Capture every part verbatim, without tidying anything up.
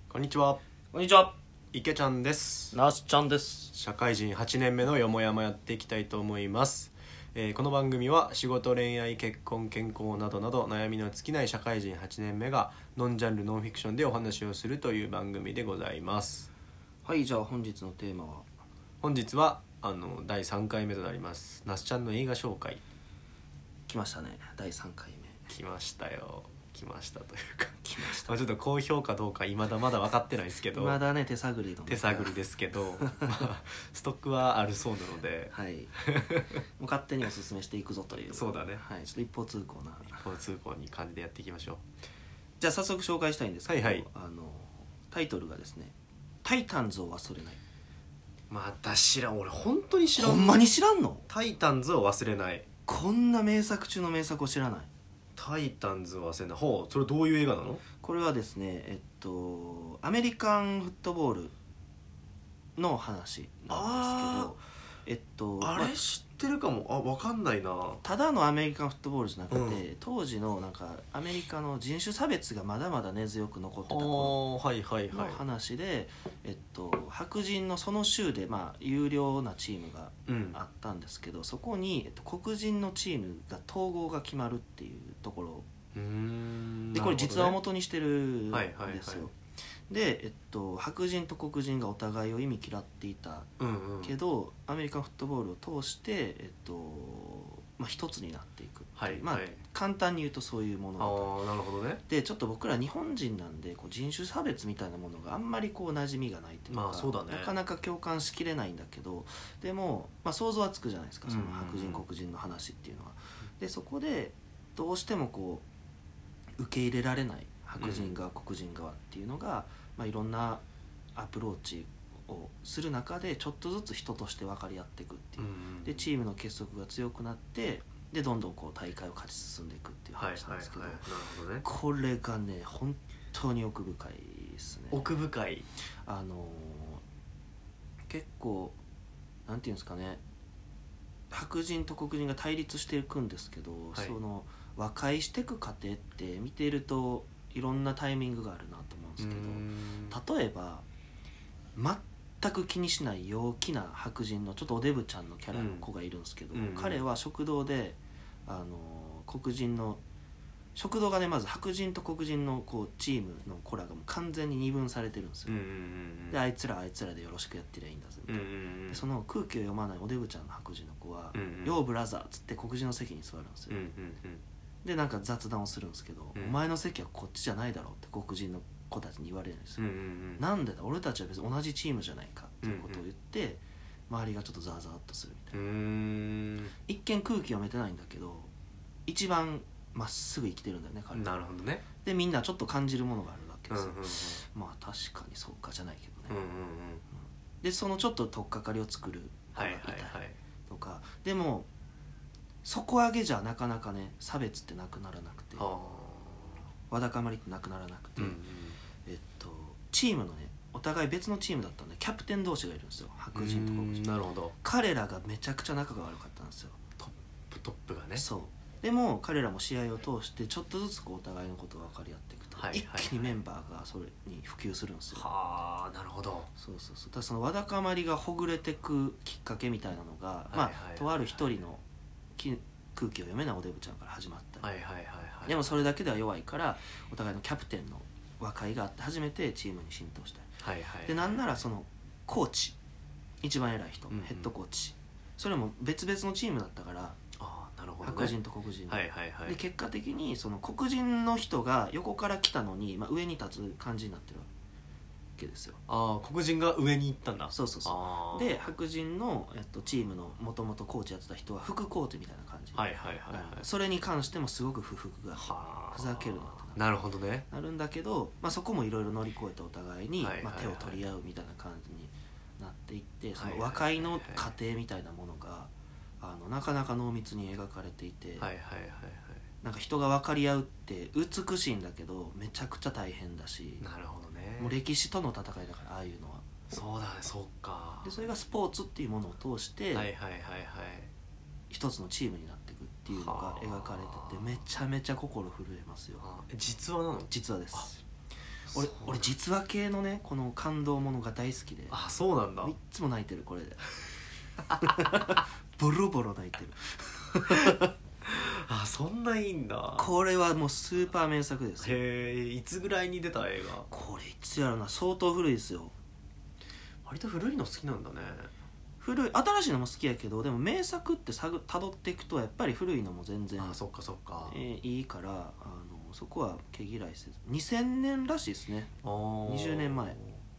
こんにちは。 こんにちは。 池ちゃんです。 なすちゃんです。 社会人はちねんめのよもやまやっていきたいと思います。えー、この番組は仕事、恋愛、結婚、健康などなど悩みの尽きない社会人はちねんめがノンジャンルノンフィクションでお話をするという番組でございます。 はい、じゃあ本日のテーマは、 本日はあのだいさんかいめとなりますなすちゃんの映画紹介。 来ましたね。だいさんかいめ来ましたよ。来ましたというか来ましたまあちょっと好評かどうか未だまだ分かってないですけど、 まだね手探りの手探りですけどまあ、ストックはあるそうなので、 はいもう勝手におすすめしていくぞという。 そうだね、 はい、ちょっと一方通行な一方通行に感じでやっていきましょう。 じゃあ早速紹介したいんですけど、 はいはい、 あのタイトルがですね、タイタンズを忘れない。 また知らん、俺本当に知らん。 ほんまに知らんの？ タイタンズを忘れない。 こんな名作中の名作を知らない。 タイタンズを忘れない。ほう、それどういう映画なの？ これはですね、えっとアメリカンフットボールの話なんですけど、えっとあれ、ま、知ってるかも。あ、分かんないな。 ただのアメリカンフットボールじゃなくて、うん、当時のなんかアメリカの人種差別がまだまだ根強く残ってた頃の話で、えっと、白人のその州で、まあ、有料なチームがあったんですけど、うん、そこに、えっと、黒人のチームが統合が決まるっていうところうーんで、これ実話を元にしてるんですよ。 はいはいはい、 で、えっと、白人と黒人がお互いを忌み嫌っていたけど、うんうん、アメリカンフットボールを通して、えっとまあ、一つになっていく、 はいはい、 まあ、簡単に言うとそういうものだと。 あ、なるほどね。 でちょっと僕ら日本人なんでこう人種差別みたいなものがあんまりこう馴染みがないというか、 まあそうだね、 なかなか共感しきれないんだけど、でも、まあ、想像はつくじゃないですか、その白人、うんうん、黒人の話っていうのは。でそこでどうしてもこう受け入れられない白人側、うん、黒人側っていうのが、まあ、いろんなアプローチをする中でちょっとずつ人として分かり合っていくっていう、うん、でチームの結束が強くなってでどんどんこう大会を勝ち進んでいくっていう話なんですけど、はいはいはい、なるほどね、これがね本当に奥深いですね。 奥深い。 あのー、結構なんていうんですかね、白人と黒人が対立していくんですけど、はい、その和解していく過程って見ているといろんなタイミングがあるなと思うんですけど、例えば全く気にしない陽気な白人のちょっとおデブちゃんのキャラの子がいるんですけど、うん、彼は食堂であの黒人の食堂がね、まず白人と黒人のこうチームの子らがもう完全に二分されてるんですよ、うんうんうん、であいつらあいつらでよろしくやってりゃいいんだぜみたいな、うんうんうん、でその空気を読まないおデブちゃんの白人の子は、うんうん、ヨーブラザーっつって黒人の席に座るんですよ、うんうんうん、でなんか雑談をするんですけど、うん、お前の席はこっちじゃないだろうって黒人の子たちに言われるんですよ、うんうんうん、なんでだ俺たちは別に同じチームじゃないかっていうことを言って、うんうん、周りがちょっとザーザーっとするみたいな。うーん、一見空気読めてないんだけど一番まっすぐ生きてるんだよね彼は。 なるほどね。でみんなちょっと感じるものがあるわけですよ、うんうんうん、まあ確かにそうかじゃないけどね、うんうんうん、でそのちょっと取っかかりを作る子がいたりとか、はいはいはい、でも底上げじゃなかなかね差別ってなくならなくて、わだかまりってなくならなくて、うんうん、えっとチームのねお互い別のチームだったんでキャプテン同士がいるんですよ、白人と黒人。 なるほど。彼らがめちゃくちゃ仲が悪かったんですよ、 トップトップがね。 そうでも彼らも試合を通してちょっとずつこうお互いのことを分かり合っていくと、はいはいはい、一気にメンバーがそれに普及するんですよ。 はあ、なるほど。 そうそうそう。だからそのわだかまりがほぐれてくきっかけみたいなのが、はいはいはいはい、まあとある一人のき空気を読めないおデブちゃんから始まったり、はいはいはいはい、でもそれだけでは弱いからお互いのキャプテンの和解があって初めてチームに浸透したり、はいはいはい、でなんならそのコーチ一番偉い人、うんうん、ヘッドコーチ、それも別々のチームだったから、 あ、なるほどね、 白人と黒人、 はいはいはい、 で結果的にその黒人の人が横から来たのに、まあ、上に立つ感じになってるわけですよ。 あ、黒人が上に行ったんだ。 そうそうそう。で白人の、えっと、チームのもともとコーチやってた人は副コーチみたいな感じ、 はいはいはいはい、 それに関してもすごく不服がふざけるなとなるほどねなるんだけど、まあ、そこもいろいろ乗り越えてお互いに、はいはいはい、まあ、手を取り合うみたいな感じになっていって、その和解の過程みたいなものがあのなかなか濃密に描かれていて、はいはいはいはい、なんか人が分かり合うって美しいんだけどめちゃくちゃ大変だし、 なるほどね、 もう歴史との戦いだから、ああいうのは。 そうだね、そうか。 でそれがスポーツっていうものを通して、はいはいはいはい、一つのチームになっていくっていうのが描かれててめちゃめちゃ心震えますよ。 実話なの？ 実話です。 俺俺実話系のねこの感動ものが大好きで、 あそうなんだ。 いっつも泣いてるこれでボロボロ泣いてるあそんないいんだ。 これはもうスーパー名作です。 へえ、いつぐらいに出た映画？ これいつやろな、相当古いですよ。 割と古いの好きなんだね。 古い新しいのも好きやけど、でも名作ってたどっていくとやっぱり古いのも全然あそっかそっか、 えー、いいから、あのそこは毛嫌いせず。にせんねんらしいですね。にじゅうねんまえ。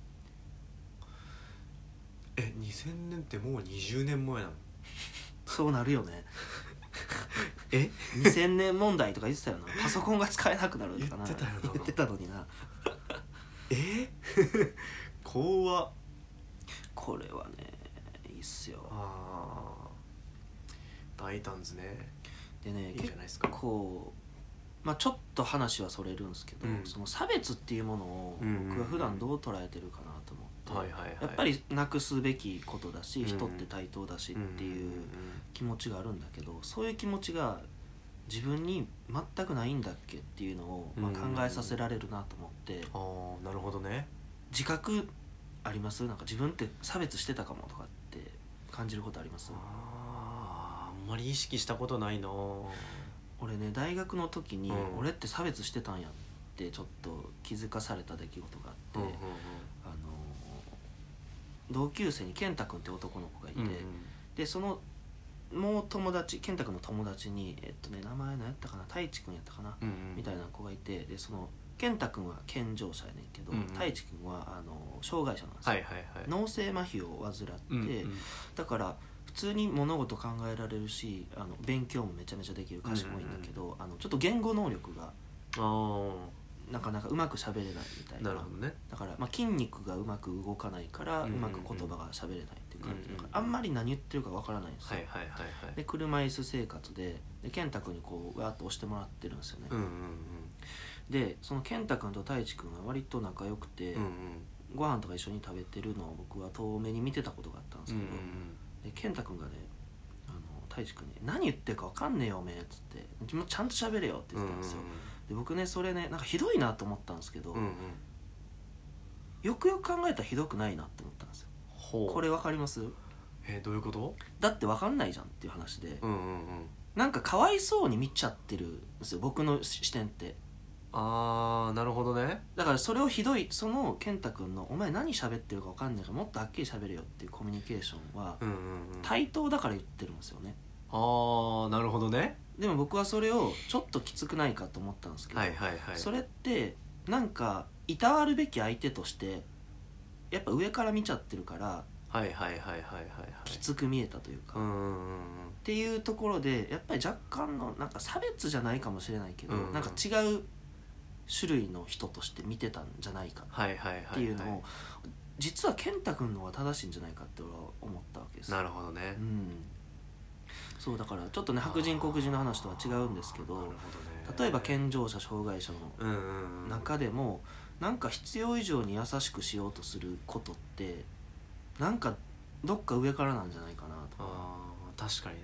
えにせんねんってもうにじゅうねんまえなの？ そうなるよねえにせんねん問題とか言ってたよな。パソコンが使えなくなるとかな言ってたよな言ってたのになえ怖っ。 これはねいいっすよ。 あー大胆ですね。 でね、 いいじゃないですか。 こう、まあ、ちょっと話はそれるんですけど、 うんその差別っていうものを僕は普段どう捉えてるかなと思って、 はいはいはい、 やっぱりなくすべきことだし、 うん人って対等だしっていう気持ちがあるんだけど、そういう気持ちが自分に全くないんだっけっていうのを、まあ、考えさせられるなと思って、 ああなるほどね。 自覚あります？なんか自分って差別してたかもとかって感じることあります？ ああんまり意識したことないな。 俺ね大学の時に、 うん、 俺って差別してたんやってちょっと気づかされた出来事があって、 うんうんうん、 あの同級生に健太君って男の子がいて、うんうん、でそのもう友達健太君の友達にえっとね名前何やったかな、太一君やったかな、うんうん、みたいな子がいて、でその健太君は健常者やねんけど、うんうん、太一君はあの障害者なんですよ、はいはいはい、脳性麻痺を患って、うんうん、だから普通に物事考えられるし、あの勉強もめちゃめちゃできる、賢いんだけど、うんうん、あのちょっと言語能力がなかなかうまく喋れないみたい な, なるほど、ね、だから、まあ、筋肉がうまく動かないからうまく言葉が喋れないっていう感じ、うんうんうん、あんまり何言ってるかわからないんですよ、はいはいはいはい、で車椅子生活 で, で健太君にこうわーっと押してもらってるんですよね、うんうんうん、でその健太君と太一君は割と仲良くて、うんうん、ご飯とか一緒に食べてるのを僕は遠目に見てたことがあったんですけど、うんうんうん、で健太君がねあの太一君に何言ってるか分かんねえよおめえっつってちゃんと喋れよって言ってたんですよ、うんうんうん、で僕ねそれねなんかひどいなと思ったんですけど、うんうん、よくよく考えたらひどくないなって思ったんですよ。ほうこれ分かります？ えー、どういうこと？ だって分かんないじゃんっていう話で、うんうんうん、なんかかわいそうに見ちゃってるんですよ僕の視点って。 あーなるほどね。 だからそれをひどいその健太君のお前何喋ってるか分かんないからもっとはっきり喋れよっていうコミュニケーションは、うんうんうん、対等だから言ってるんですよね。 あーなるほどね。 でも僕はそれをちょっときつくないかと思ったんですけど、はいはいはい、それってなんかいたわるべき相手としてやっぱ上から見ちゃってるから、はいはいはいはいはい、はい、きつく見えたというか、うんうんうん、っていうところでやっぱり若干のなんか差別じゃないかもしれないけど、うんうん、なんか違う種類の人として見てたんじゃないかっていうのを実は健太君の方が正しいんじゃないかって俺は思ったわけです。 なるほどね、うん、 そうだからちょっとね白人黒人の話とは違うんですけど、なるほどね、例えば健常者障害者の中でもなんか必要以上に優しくしようとすることってなんかどっか上からなんじゃないかなと。 あ確かにね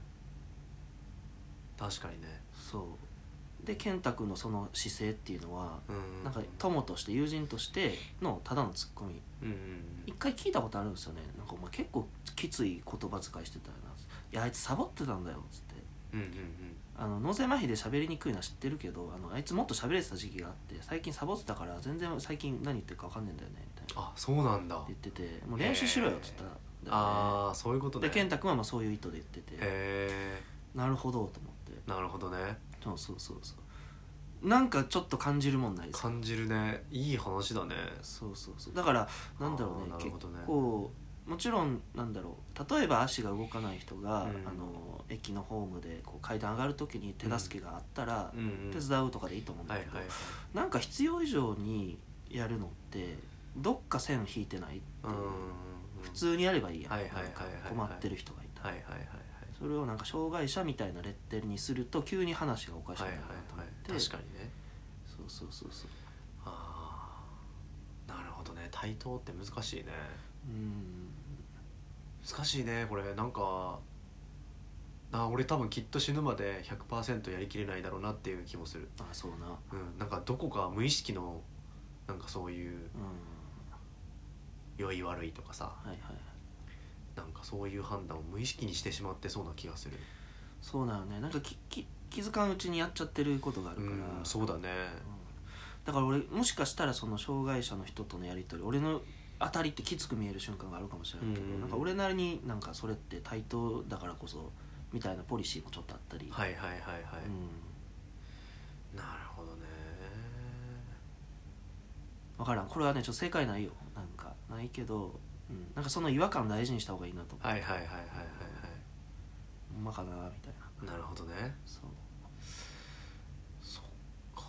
確かにね。 そうで健太君のその姿勢っていうのは、うんうん、なんか友として友人としてのただのツッコミ、うんうん、一回聞いたことあるんですよね。なんかお前結構きつい言葉遣いしてたよな、いやあいつサボってたんだよっつって、うんうんうん、あの脳性麻痺で喋りにくいのは知ってるけど あのあいつもっと喋れてた時期があって最近サボってたから全然最近何言ってるか分かんねえんだよねみたいな。 あそうなんだって言っててもう練習しろよっつったら、ね、 ああそういうことね。 で健太君はまあそういう意図で言ってて、へなるほどと思って。 なるほどね。 そうそうそうそうなんかちょっと感じるもんないですか？ 感じるね。いい話だね。 そうそうそうだからなんだろうね、結構もちろんなんだろう例えば足が動かない人が、うん、あの駅のホームでこう階段上がるときに手助けがあったら、うん、手伝うとかでいいと思うんだけど、はいはいはい、なんか必要以上にやるのってどっか線引いてないって、うん、普通にやればいいやん、はいはいはいはい、困ってる人がいたら、はいはいはいはい、それをなんか障害者みたいなレッテルにすると急に話がおかしくなるなと思って、はいはいはい、確かにね。そうそうそうそう。 ああなるほどね。対等って難しいね。うん難しいねこれ。なんかあ俺多分きっと死ぬまで ひゃくパーセント やりきれないだろうなっていう気もする。 あそうな、 うん、なんかどこか無意識のなんかそういううん良い悪いとかさ、 はいはいはい、 なんかそういう判断を無意識にしてしまってそうな気がする。 そうだよね。なんかきき気づかんうちにやっちゃってることがあるから、 うんそうだね、 うん、だから俺もしかしたらその障害者の人とのやり取り、俺の当たりってきつく見える瞬間があるかもしれないけど、 うんなんか俺なりになんかそれって対等だからこそみたいなポリシーもちょっとあったり、 はいはいはいはい、 うん、 なるほどね。 分からん、これはねちょっと正解ないよ、なんかないけど、うん、なんかその違和感大事にした方がいいなと思って、 はいはいはいはいはいはい、 ほんまかなみたいな。 なるほどね。 そうそっか、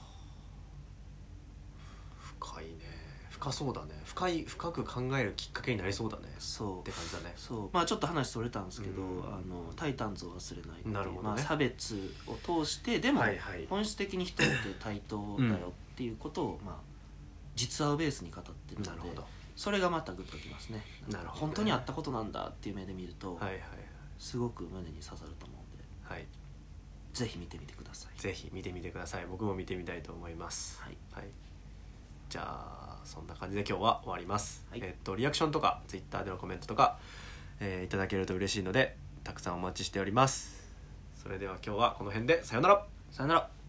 深いね。深そうだね。深い深く考えるきっかけになりそうだね。 そうって感じだね。 そう、まあちょっと話それたんですけど、 うんあのタイタンズを忘れないっていう、 なるほどね、 まあ、差別を通してでもはいはい、 本質的に人って対等だよっていうことを、まあ、実話をベースに語ってるので、 なるほど、 それがまたグッときますね。 なるほどね、 本当にあったことなんだっていう目で見ると、 はいはいすごく胸に刺さると思うんで、 はい、 ぜひ見てみてください。 ぜひ見てみてください。僕も見てみたいと思います。 はい、 はい、じゃあそんな感じで今日は終わります。 はい、 えっとリアクションとかツイッターでのコメントとか、えーいただけると嬉しいのでたくさんお待ちしております。それでは今日はこの辺でさよなら。 さよなら。